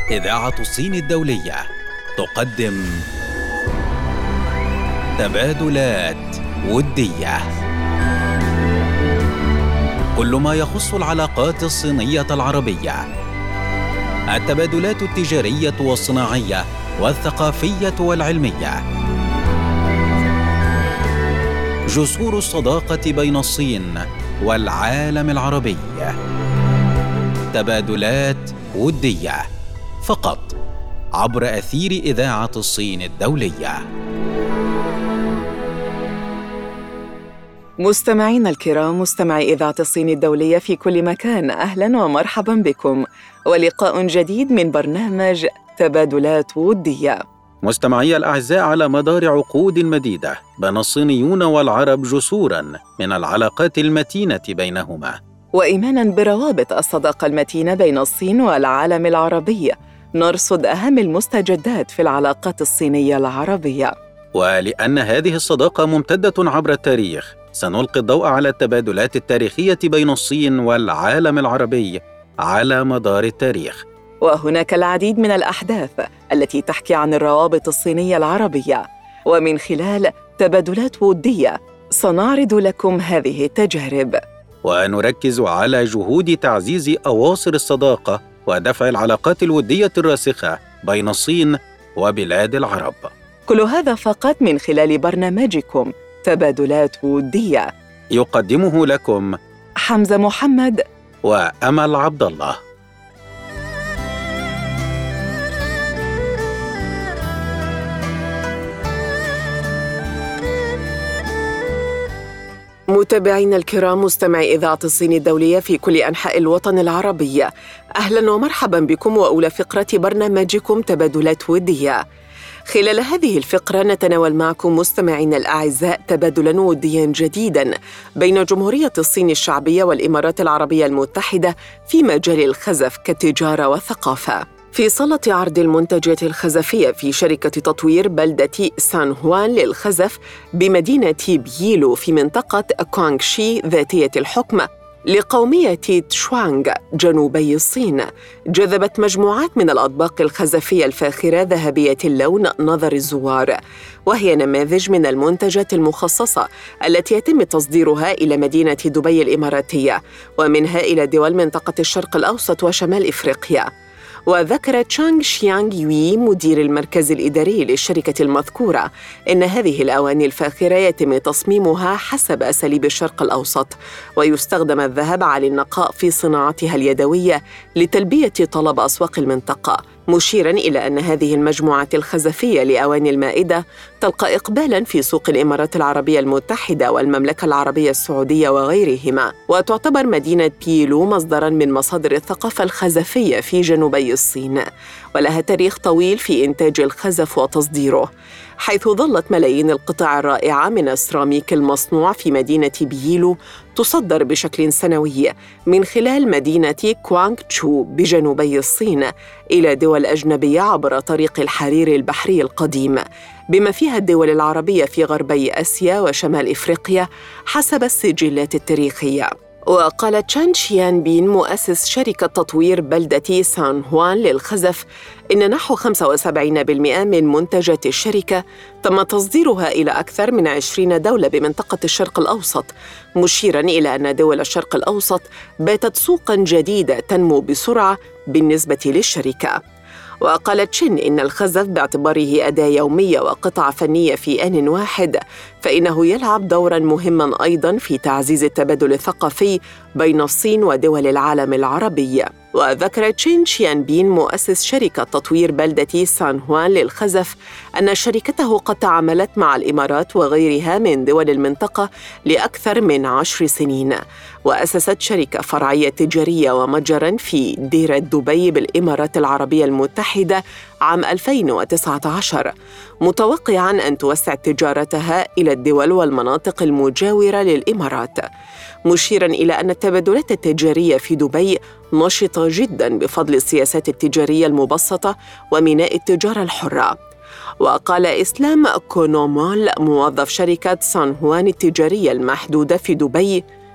إذاعة الصين الدولية تقدم تبادلات ودية، كل ما يخص العلاقات الصينية العربية، التبادلات التجارية والصناعية والثقافية والعلمية، جسور الصداقة بين الصين والعالم العربي. تبادلات ودية فقط عبر أثير إذاعة الصين الدولية. مستمعينا الكرام، مستمعي إذاعة الصين الدولية في كل مكان، أهلاً ومرحباً بكم، ولقاء جديد من برنامج تبادلات ودية. مستمعي الأعزاء، على مدار عقود مديدة بنى الصينيون والعرب جسوراً من العلاقات المتينة بينهما، وإيماناً بروابط الصداقة المتينة بين الصين والعالم العربي، نرصد أهم المستجدات في العلاقات الصينية العربية. ولأن هذه الصداقة ممتدة عبر التاريخ، سنلقي الضوء على التبادلات التاريخية بين الصين والعالم العربي على مدار التاريخ. وهناك العديد من الأحداث التي تحكي عن الروابط الصينية العربية، ومن خلال تبادلات ودية سنعرض لكم هذه التجارب، ونركز على جهود تعزيز أواصر الصداقة ودفع العلاقات الودية الراسخة بين الصين وبلاد العرب. كل هذا فقط من خلال برنامجكم تبادلات ودية، يقدمه لكم حمزة محمد وأمل عبد الله. متابعينا الكرام، مستمعي إذاعة الصين الدولية في كل أنحاء الوطن العربي، أهلاً ومرحباً بكم وأولى فقرة برنامجكم تبادلات ودية. خلال هذه الفقرة نتناول معكم مستمعينا الأعزاء تبادلاً ودياً جديداً بين جمهورية الصين الشعبية والإمارات العربية المتحدة في مجال الخزف كالتجارة والثقافة. في صالة عرض المنتجات الخزفية في شركة تطوير بلدة سان هوان للخزف بمدينة بييلو في منطقة كوانغشي ذاتية الحكم لقومية تشوانغ جنوبي الصين، جذبت مجموعات من الأطباق الخزفية الفاخرة ذهبية اللون نظر الزوار، وهي نماذج من المنتجات المخصصة التي يتم تصديرها إلى مدينة دبي الإماراتية ومنها إلى دول منطقة الشرق الأوسط وشمال إفريقيا. وذكر تشانغ شيانغ يوي مدير المركز الإداري للشركة المذكورة إن هذه الأواني الفاخرة يتم تصميمها حسب أساليب الشرق الأوسط، ويستخدم الذهب عالي النقاء في صناعتها اليدوية لتلبية طلب أسواق المنطقة، مشيراً إلى أن هذه المجموعة الخزفية لأواني المائدة تلقى إقبالاً في سوق الإمارات العربية المتحدة والمملكة العربية السعودية وغيرهما، وتعتبر مدينة بييلو مصدراً من مصادر الثقافة الخزفية في جنوبي الصين، ولها تاريخ طويل في إنتاج الخزف وتصديره، حيث ظلت ملايين القطع الرائعة من السيراميك المصنوع في مدينة بييلو تصدر بشكل سنوي من خلال مدينة كوانغ تشو بجنوبي الصين إلى دول أجنبية عبر طريق الحرير البحري القديم، بما فيها الدول العربية في غربي آسيا وشمال إفريقيا حسب السجلات التاريخية. وقال تشان شيان بين مؤسس شركة تطوير بلدة سان هوان للخزف إن نحو 75% من منتجات الشركة تم تصديرها إلى أكثر من 20 دولة بمنطقة الشرق الأوسط، مشيراً إلى أن دول الشرق الأوسط باتت سوقاً جديدة تنمو بسرعة بالنسبة للشركة. وقالت تشين إن الخزف باعتباره أداة يومية وقطعة فنية في آن واحد فإنه يلعب دوراً مهماً أيضاً في تعزيز التبادل الثقافي بين الصين ودول العالم العربي. وذكرت تشين شيان بين مؤسس شركة تطوير بلدة سان هوان للخزف أن شركته قد تعاملت مع الإمارات وغيرها من دول المنطقة لأكثر من 10 سنين، وأسست شركة فرعية تجارية ومتجراً في ديرة دبي بالإمارات العربية المتحدة عام 2019، متوقعاً أن توسع تجارتها إلى الدول والمناطق المجاورة للإمارات، مشيراً إلى أن التبادلات التجارية في دبي نشطة جداً بفضل السياسات التجارية المبسطة وميناء التجارة الحرة. وقال إسلام كونومول موظف شركة سان هوان التجارية المحدودة في دبي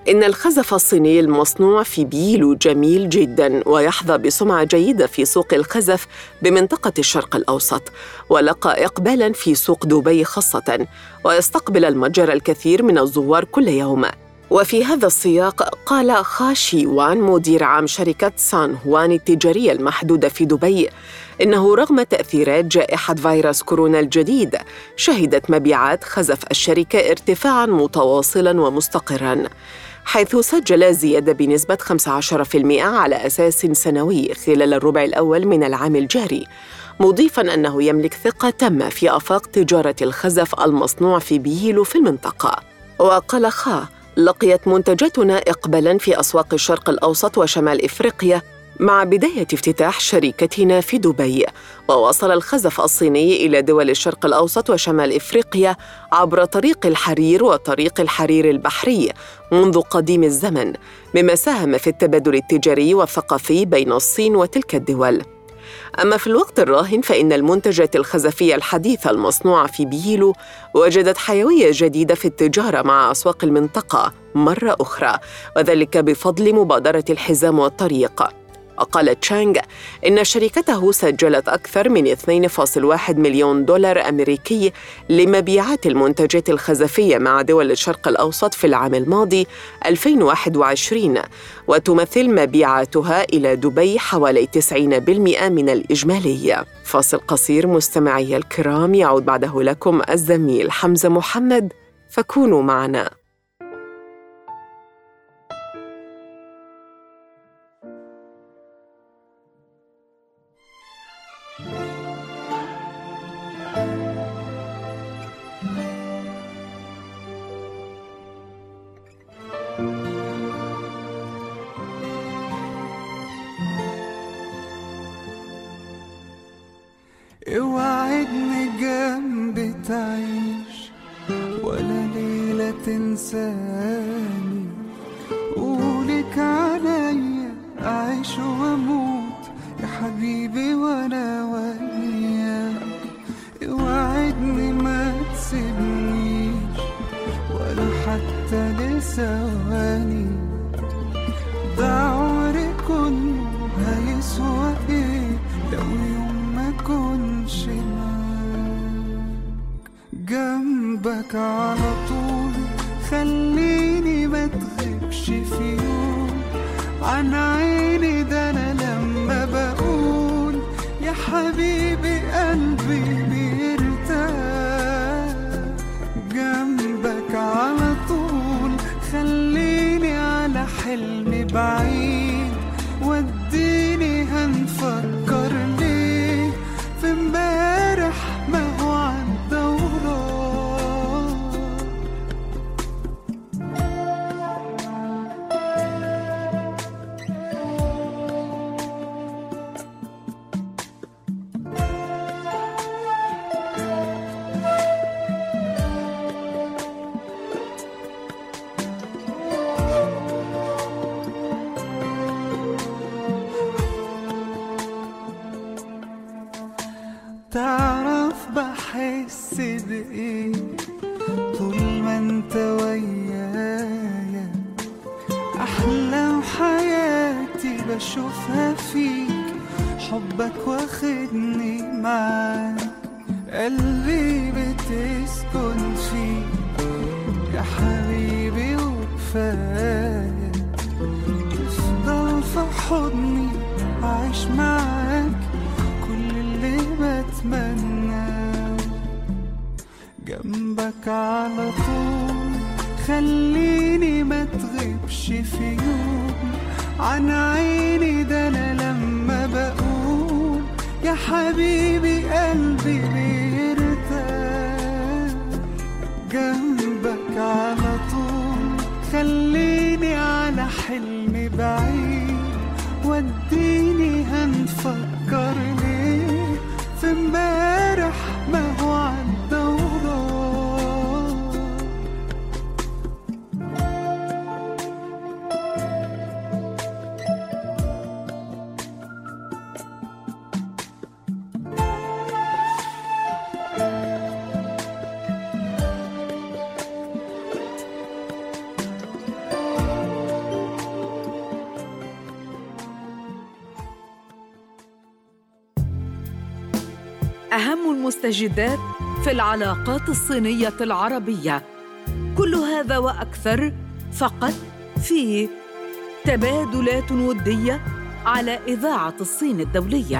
إن الخزف الصيني المصنوع في بييلو جميل جداً ويحظى بسمعة جيدة في سوق الخزف بمنطقة الشرق الأوسط، ولقى إقبالاً في سوق دبي خاصة، ويستقبل المتجر الكثير من الزوار كل يوم. وفي هذا السياق قال خا شي وان مدير عام شركة سان هوان التجارية المحدودة في دبي إنه رغم تأثيرات جائحة فيروس كورونا الجديد شهدت مبيعات خزف الشركة ارتفاعاً متواصلاً ومستقراً، حيث سجل زيادة بنسبة 15% على أساس سنوي خلال الربع الأول من العام الجاري، مضيفاً أنه يملك ثقة تامة في آفاق تجارة الخزف المصنوع في بييلو في المنطقة. وقال خا: لقيت منتجاتنا إقبالاً في أسواق الشرق الأوسط وشمال إفريقيا مع بداية افتتاح شركتنا في دبي، ووصل الخزف الصيني إلى دول الشرق الأوسط وشمال إفريقيا عبر طريق الحرير وطريق الحرير البحري منذ قديم الزمن، مما ساهم في التبادل التجاري والثقافي بين الصين وتلك الدول. أما في الوقت الراهن فإن المنتجات الخزفية الحديثة المصنوعة في بييلو وجدت حيوية جديدة في التجارة مع أسواق المنطقة مرة أخرى، وذلك بفضل مبادرة الحزام والطريق. وقال تشانغ إن شركته سجلت أكثر من 2.1 مليون دولار أمريكي لمبيعات المنتجات الخزفية مع دول الشرق الأوسط في العام الماضي 2021، وتمثل مبيعاتها إلى دبي حوالي 90% من الإجمالي. فاصل قصير مستمعي الكرام، يعود بعده لكم الزميل حمزة محمد، فكونوا معنا. اوعدني جنبي تعيش ولا ليلة تنساني، قولك عليا أعيش وأموت يا حبيبي وأنا وياك. اوعدني ما تسيبنيش ولا حتى لثواني، ده عمري كله هيسوى ايه لو يوم ما كنش معاك. جنبك على طول خليني ما تغيبش في يوم عن عيني، ده انا لما بقول يا حبيبي قلبي بيرتاح. جنبك على طول خليني على حلمي بعيد، وديني هنفكر ليه في امبارح ما هو عدى وراه. تعرف بحس بإيه طول ما انت ويايا، أحلام حياتي بشوفها فيك، حبك واخدني معاك، قلبي بتسكن فيك يا حبيبي وكفاية، تفضل في حضني عايش معاك كل اللي بتمناه. جنبك على طول خليني ما تغيبش في يوم عن عيني، ده انا لما بقول يا حبيبي قلبي بيرتاح. جنبك على طول خليني على حلمي بعيد، وديني هنفكر ليه في امبارح ما هو عدى وراه. أهم المستجدات في العلاقات الصينية العربية. كل هذا وأكثر فقط في تبادلات ودية على إذاعة الصين الدولية.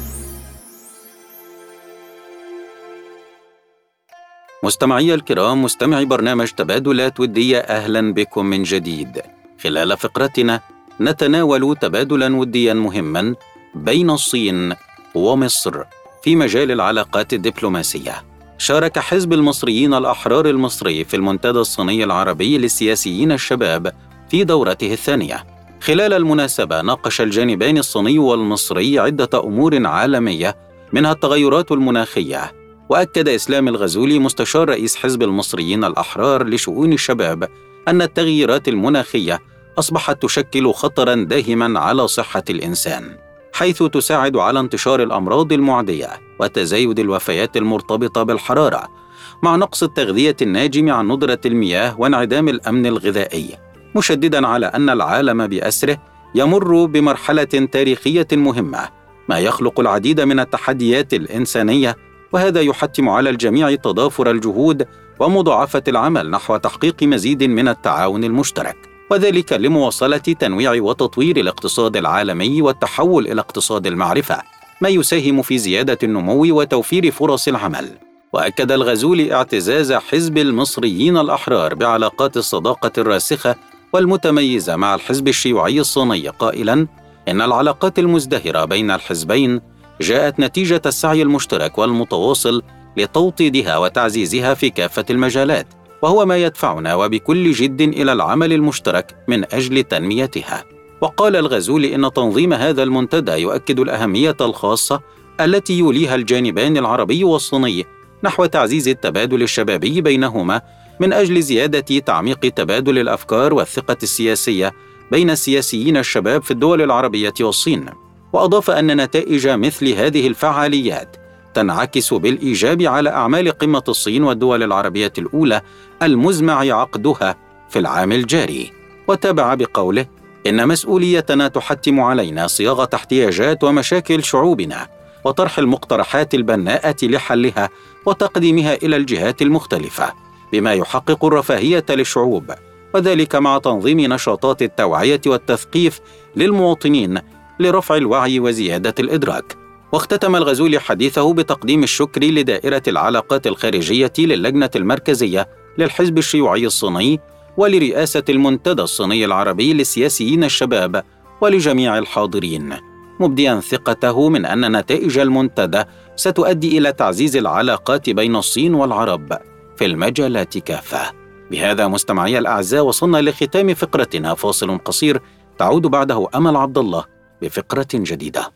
مستمعي الكرام، مستمعي برنامج تبادلات ودية، أهلا بكم من جديد. خلال فقرتنا نتناول تبادلا وديا مهما بين الصين ومصر في مجال العلاقات الدبلوماسية. شارك حزب المصريين الأحرار المصري في المنتدى الصيني العربي للسياسيين الشباب في دورته الثانية. خلال المناسبة ناقش الجانبان الصيني والمصري عدة أمور عالمية منها التغيرات المناخية. وأكد إسلام الغزولي مستشار رئيس حزب المصريين الأحرار لشؤون الشباب أن التغييرات المناخية أصبحت تشكل خطراً داهماً على صحة الإنسان، حيث تساعد على انتشار الأمراض المعدية وتزايد الوفيات المرتبطة بالحرارة، مع نقص التغذية الناجم عن ندرة المياه وانعدام الأمن الغذائي، مشدداً على أن العالم بأسره يمر بمرحلة تاريخية مهمة، ما يخلق العديد من التحديات الإنسانية، وهذا يحتم على الجميع تضافر الجهود ومضاعفة العمل نحو تحقيق مزيد من التعاون المشترك، وذلك لمواصلة تنويع وتطوير الاقتصاد العالمي والتحول إلى اقتصاد المعرفة، ما يساهم في زيادة النمو وتوفير فرص العمل. وأكد الغزولي اعتزاز حزب المصريين الأحرار بعلاقات الصداقة الراسخة والمتميزة مع الحزب الشيوعي الصيني، قائلاً إن العلاقات المزدهرة بين الحزبين جاءت نتيجة السعي المشترك والمتواصل لتوطيدها وتعزيزها في كافة المجالات، وهو ما يدفعنا وبكل جد إلى العمل المشترك من أجل تنميتها. وقال الغزولي إن تنظيم هذا المنتدى يؤكد الأهمية الخاصة التي يوليها الجانبان العربي والصيني نحو تعزيز التبادل الشبابي بينهما من أجل زيادة تعميق تبادل الأفكار والثقة السياسية بين السياسيين الشباب في الدول العربية والصين. وأضاف أن نتائج مثل هذه الفعاليات تنعكس بالإيجاب على أعمال قمة الصين والدول العربية الأولى المزمع عقدها في العام الجاري. وتابع بقوله: إن مسؤوليتنا تحتم علينا صياغة احتياجات ومشاكل شعوبنا وطرح المقترحات البناءة لحلها وتقديمها إلى الجهات المختلفة بما يحقق الرفاهية للشعوب، وذلك مع تنظيم نشاطات التوعية والتثقيف للمواطنين لرفع الوعي وزيادة الإدراك. واختتم الغزولي حديثه بتقديم الشكر لدائرة العلاقات الخارجية للجنة المركزية للحزب الشيوعي الصيني ولرئاسة المنتدى الصيني العربي للسياسيين الشباب ولجميع الحاضرين، مبدياً ثقته من أن نتائج المنتدى ستؤدي إلى تعزيز العلاقات بين الصين والعرب في المجالات كافة. بهذا مستمعي الأعزاء وصلنا لختام فقرتنا، فاصل قصير تعود بعده أمل عبد الله بفقرة جديدة.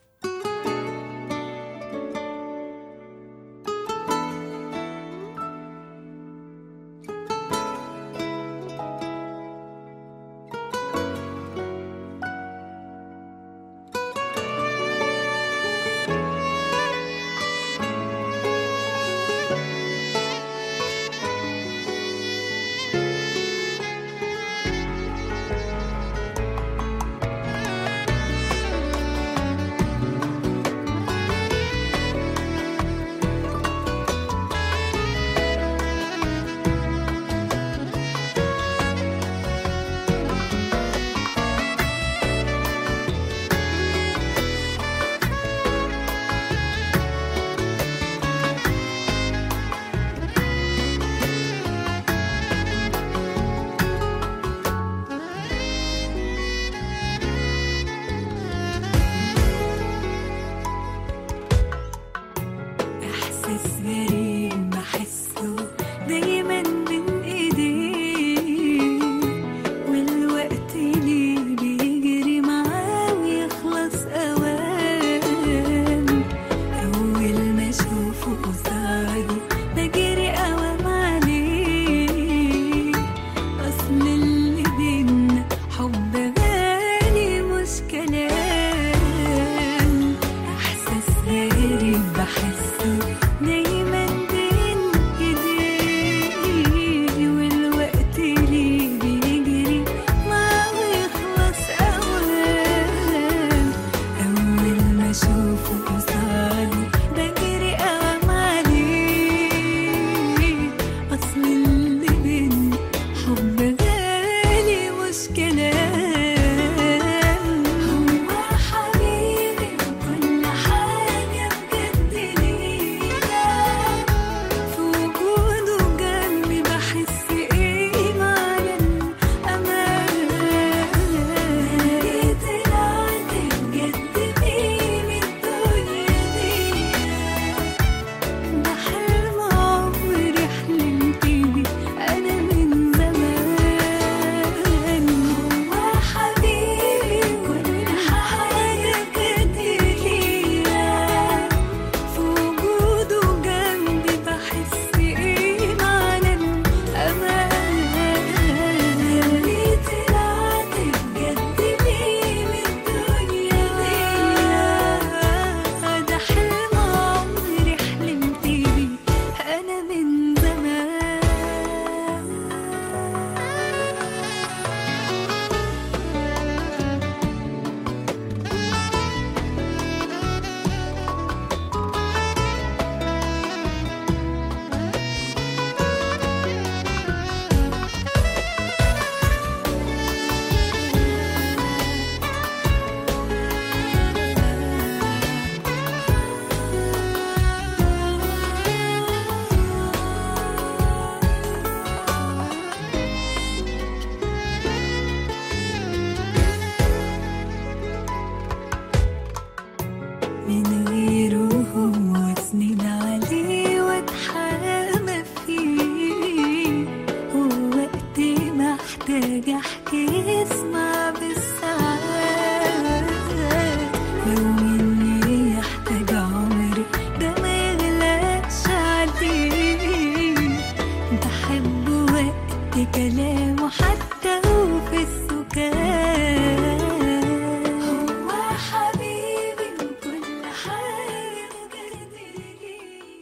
من غيره وسنين عليه واتحامى فيه، ووقت ما احتاج احكي اسمع بالساعات، لو مني يحتاج عمري ده ما يغلاش عليه، بحب وقت كلامه حتى وفي السكات، هو حبيبي وكل حاجة جديدة.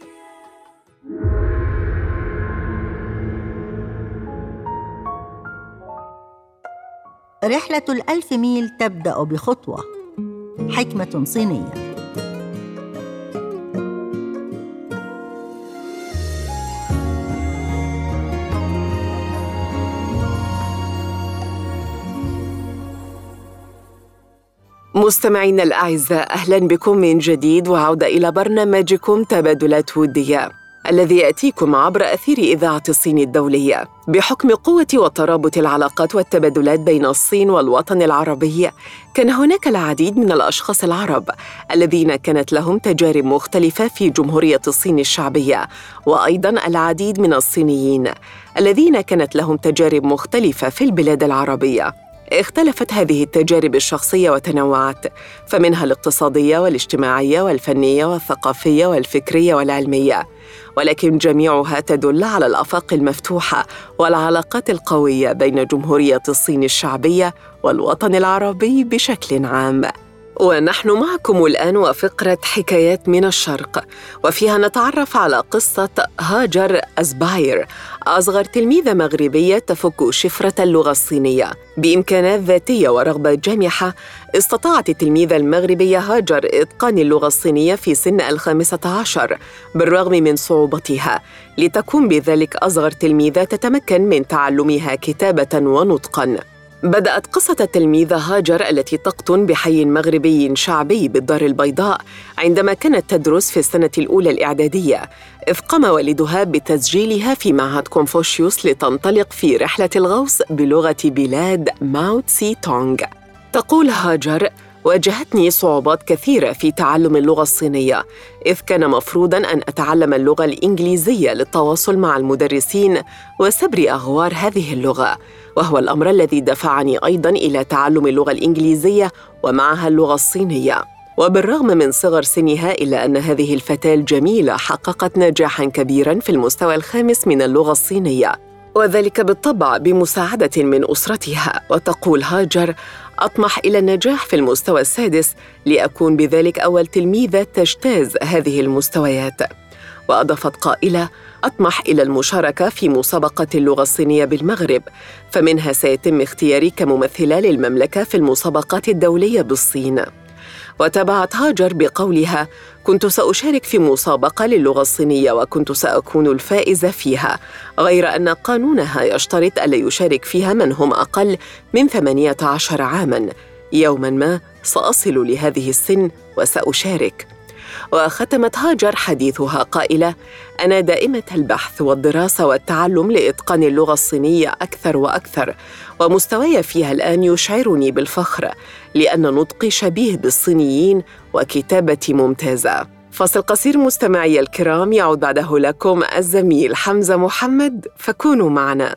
رحلة ال1000 ميل تبدأ بخطوة. حكمة صينية. مستمعينا الأعزاء، أهلاً بكم من جديد وعودة إلى برنامجكم تبادلات ودية الذي يأتيكم عبر أثير إذاعة الصين الدولية. بحكم قوة وترابط العلاقات والتبادلات بين الصين والوطن العربي، كان هناك العديد من الأشخاص العرب الذين كانت لهم تجارب مختلفة في جمهورية الصين الشعبية، وأيضاً العديد من الصينيين الذين كانت لهم تجارب مختلفة في البلاد العربية. اختلفت هذه التجارب الشخصية وتنوعت، فمنها الاقتصادية والاجتماعية والفنية والثقافية والفكرية والعلمية، ولكن جميعها تدل على الآفاق المفتوحة والعلاقات القوية بين جمهورية الصين الشعبية والوطن العربي بشكل عام. ونحن معكم الآن وفقرة حكايات من الشرق، وفيها نتعرف على قصة هاجر أزباير، أصغر تلميذة مغربية تفك شفرة اللغة الصينية. بإمكانات ذاتية ورغبة جامحة، استطاعت التلميذة المغربية هاجر إتقان اللغة الصينية في سن 15 بالرغم من صعوبتها، لتكون بذلك أصغر تلميذة تتمكن من تعلمها كتابة ونطقاً. بدأت قصة التلميذة هاجر التي تقطن بحي مغربي شعبي بالدار البيضاء عندما كانت تدرس في السنة الأولى الإعدادية، إذ قام والدها بتسجيلها في معهد كونفوشيوس لتنطلق في رحلة الغوص بلغة بلاد ماو تسي تونغ. تقول هاجر: واجهتني صعوبات كثيرة في تعلم اللغة الصينية، إذ كان مفروضاً أن أتعلم اللغة الإنجليزية للتواصل مع المدرسين وسبر أغوار هذه اللغة، وهو الأمر الذي دفعني أيضاً إلى تعلم اللغة الإنجليزية ومعها اللغة الصينية. وبالرغم من صغر سنها إلا أن هذه الفتاة الجميلة حققت نجاحاً كبيراً في المستوى الخامس من اللغة الصينية، وذلك بالطبع بمساعدة من أسرتها. وتقول هاجر: أطمح إلى النجاح في المستوى السادس لأكون بذلك أول تلميذة تجتاز هذه المستويات. وأضافت قائلة: أطمح إلى المشاركة في مسابقة اللغة الصينية بالمغرب، فمنها سيتم اختياري كممثلة للمملكة في المسابقات الدولية بالصين. وتابعت هاجر بقولها: كنت سأشارك في مسابقة للغة الصينية وكنت سأكون الفائزة فيها، غير أن قانونها يشترط ألا يشارك فيها من هم أقل من 18 عاماً. يوماً ما سأصل لهذه السن وسأشارك. وختمت هاجر حديثها قائلة: أنا دائمة البحث والدراسة والتعلم لإتقان اللغة الصينية أكثر وأكثر، ومستواي فيها الآن يشعرني بالفخر، لأن نطقي شبيه بالصينيين وكتابتي ممتازة. فاصل قصير مستمعي الكرام، يعود بعده لكم الزميل حمزة محمد، فكونوا معنا.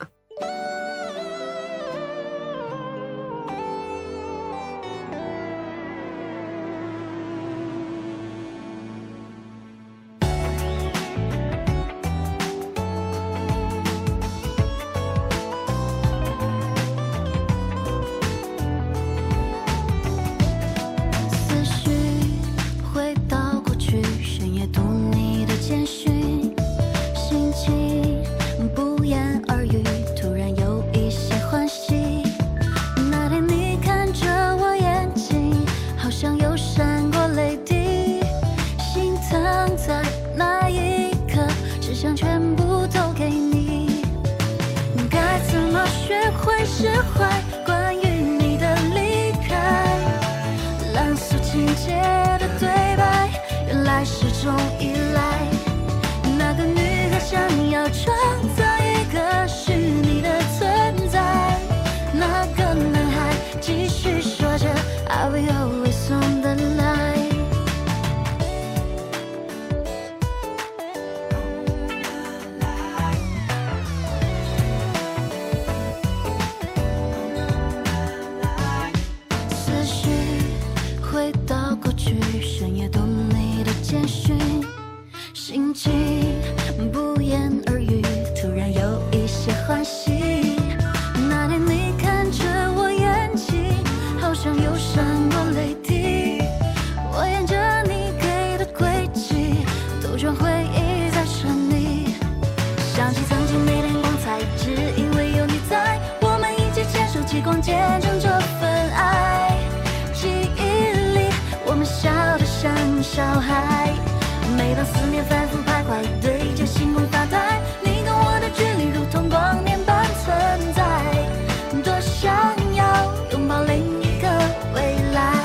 回到过去，深夜读你的简讯，心情不言而喻，突然有一些欢喜。那天你看着我眼睛，好像有闪过泪滴，我沿着你给的轨迹，兜转回忆在沉溺。想起曾经每天光彩，只因为有你在，我们一起牵手极光，见证这份爱。记忆里我们笑得像小孩，每当思念反复徘徊，对着星空发呆，你跟我的距离如同光年般存在，多想要拥抱另一个未来。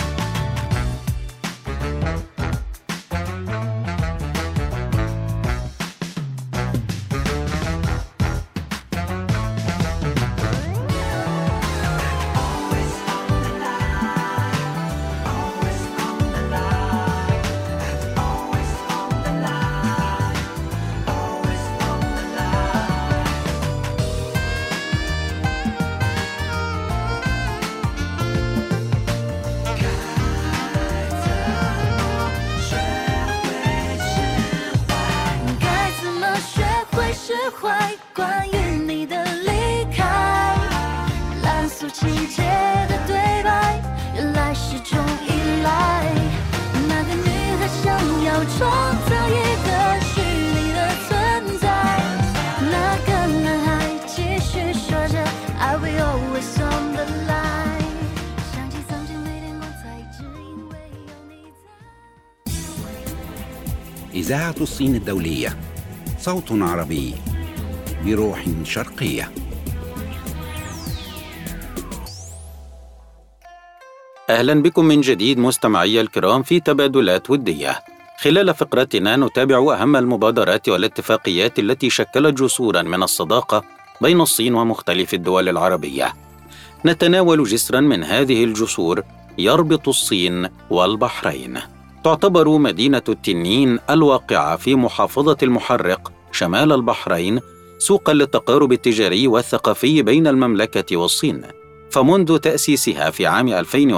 关于你的离开，烂俗情节的对白，原来是种依赖。那个女孩想要创造一个虚拟的存在，那个男孩继续说着 I will always on the line。 想起曾经每天光彩，只因为有你在。 إذاعة الصين الدولية، صوت عربي بروح شرقية. أهلا بكم من جديد مستمعي الكرام في تبادلات ودية. خلال فقرتنا نتابع أهم المبادرات والاتفاقيات التي شكلت جسورا من الصداقة بين الصين ومختلف الدول العربية. نتناول جسرا من هذه الجسور يربط الصين والبحرين. تعتبر مدينة التنين الواقعة في محافظة المحرق شمال البحرين سوقاً للتقارب التجاري والثقافي بين المملكة والصين. فمنذ تأسيسها في عام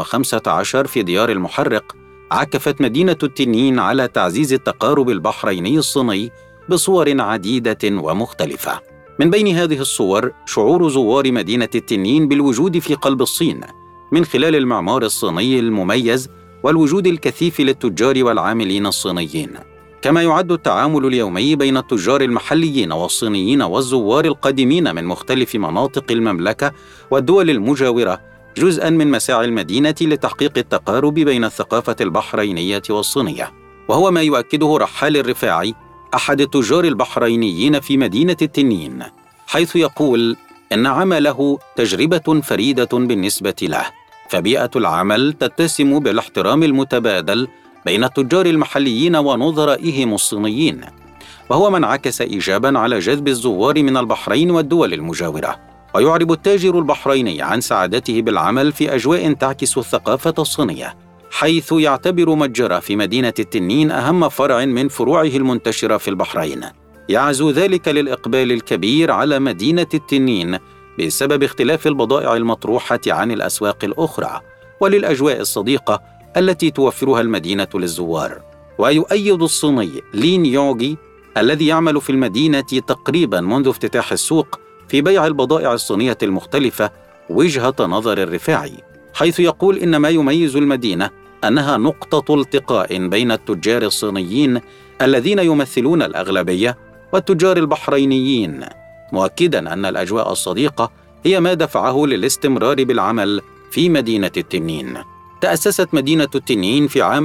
2015 في ديار المحرق، عكفت مدينة التنين على تعزيز التقارب البحريني الصيني بصور عديدة ومختلفة. من بين هذه الصور شعور زوار مدينة التنين بالوجود في قلب الصين من خلال المعمار الصيني المميز والوجود الكثيف للتجار والعاملين الصينيين. كما يعد التعامل اليومي بين التجار المحليين والصينيين والزوار القادمين من مختلف مناطق المملكة والدول المجاورة جزءاً من مساعي المدينة لتحقيق التقارب بين الثقافة البحرينية والصينية. وهو ما يؤكده رحال الرفاعي أحد التجار البحرينيين في مدينة التنين، حيث يقول إن عمله تجربة فريدة بالنسبة له، فبيئة العمل تتسم بالاحترام المتبادل بين التجار المحليين ونظرائهم الصينيين، وهو ما انعكس إيجاباً على جذب الزوار من البحرين والدول المجاورة. ويعرب التاجر البحريني عن سعادته بالعمل في أجواء تعكس الثقافة الصينية، حيث يعتبر متجر في مدينة التنين أهم فرع من فروعه المنتشرة في البحرين. يعزو ذلك للإقبال الكبير على مدينة التنين بسبب اختلاف البضائع المطروحة عن الأسواق الأخرى وللأجواء الصديقة التي توفرها المدينة للزوار. ويؤيد الصيني لين يوغي الذي يعمل في المدينة تقريبا منذ افتتاح السوق في بيع البضائع الصينية المختلفة وجهة نظر الرفاعي، حيث يقول إن ما يميز المدينة أنها نقطة التقاء بين التجار الصينيين الذين يمثلون الأغلبية والتجار البحرينيين، مؤكداً أن الأجواء الصديقة هي ما دفعه للاستمرار بالعمل في مدينة التنين. تأسست مدينة التنين في عام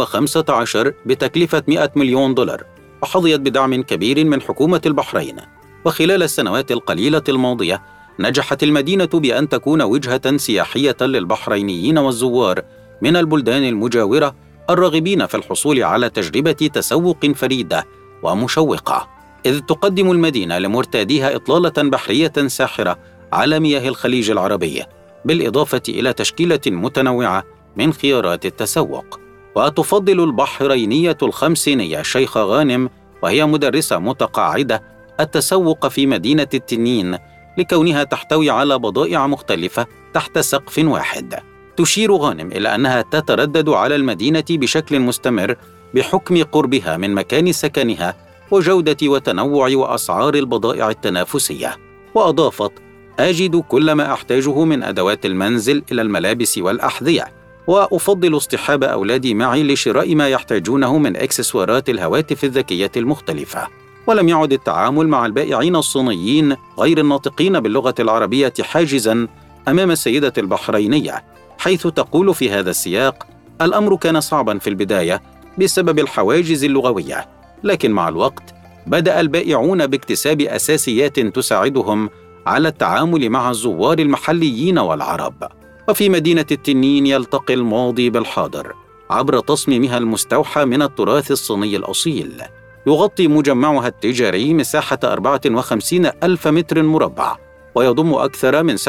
2015 بتكلفة 100 مليون دولار، وحظيت بدعم كبير من حكومة البحرين. وخلال السنوات القليلة الماضية نجحت المدينة بأن تكون وجهة سياحية للبحرينيين والزوار من البلدان المجاورة الراغبين في الحصول على تجربة تسوق فريدة ومشوقة، إذ تقدم المدينة لمرتاديها إطلالة بحرية ساحرة على مياه الخليج العربي، بالإضافة إلى تشكيلة متنوعة من خيارات التسوق. وتفضل البحرينية الخمسينية شيخة غانم، وهي مدرسة متقاعدة، التسوق في مدينة التنين لكونها تحتوي على بضائع مختلفة تحت سقف واحد. تشير غانم إلى أنها تتردد على المدينة بشكل مستمر بحكم قربها من مكان سكنها وجودة وتنوع وأسعار البضائع التنافسية. وأضافت: أجد كل ما أحتاجه من أدوات المنزل إلى الملابس والأحذية، وأفضل اصطحاب أولادي معي لشراء ما يحتاجونه من إكسسوارات الهواتف الذكية المختلفة. ولم يعد التعامل مع البائعين الصينيين غير الناطقين باللغة العربية حاجزاً أمام السيدة البحرينية، حيث تقول في هذا السياق: الأمر كان صعباً في البداية بسبب الحواجز اللغوية، لكن مع الوقت بدأ البائعون باكتساب أساسيات تساعدهم على التعامل مع الزوار المحليين والعرب. وفي مدينة التنين يلتقي الماضي بالحاضر عبر تصميمها المستوحى من التراث الصيني الأصيل. يغطي مجمعها التجاري مساحة 54,000 متر مربع، ويضم أكثر من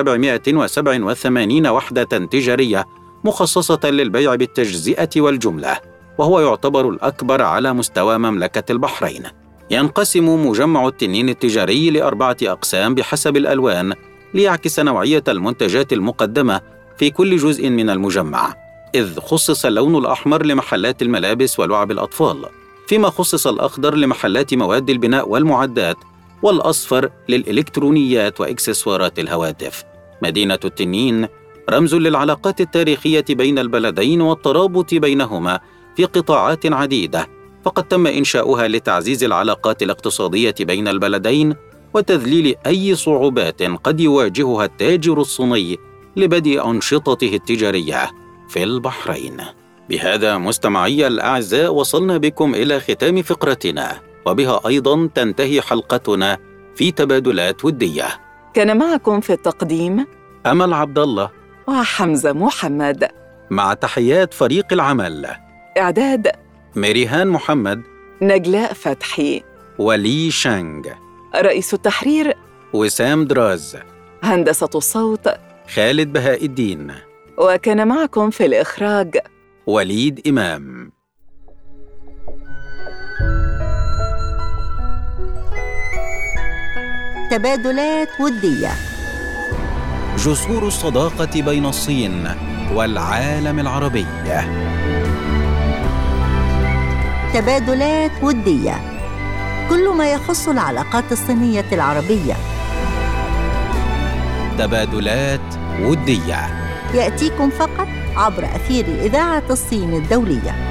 787 وحدة تجارية مخصصة للبيع بالتجزئة والجملة، وهو يعتبر الأكبر على مستوى مملكة البحرين. ينقسم مجمع التنين التجاري ل4 أقسام بحسب الألوان ليعكس نوعية المنتجات المقدمة في كل جزء من المجمع، إذ خصص اللون الأحمر لمحلات الملابس ولعب الأطفال، فيما خصص الأخضر لمحلات مواد البناء والمعدات، والأصفر للإلكترونيات وإكسسوارات الهواتف. مدينة التنين رمز للعلاقات التاريخية بين البلدين والترابط بينهما في قطاعات عديدة، فقد تم إنشاؤها لتعزيز العلاقات الاقتصادية بين البلدين وتذليل أي صعوبات قد يواجهها التاجر الصيني لبدء أنشطته التجارية في البحرين. بهذا مستمعي الأعزاء وصلنا بكم إلى ختام فقرتنا، وبها أيضاً تنتهي حلقتنا في تبادلات ودية. كان معكم في التقديم أمل عبد الله وحمزة محمد، مع تحيات فريق العمل. إعداد ميريهان محمد، نجلاء فتحي، ولي شانغ. رئيس التحرير وسام دراز. هندسة الصوت خالد بهاء الدين. وكان معكم في الإخراج وليد إمام. تبادلات ودية، جسور الصداقة بين الصين والعالم العربي. تبادلات ودية، كل ما يخص العلاقات الصينية العربية. تبادلات ودية يأتيكم فقط عبر أثير إذاعة الصين الدولية.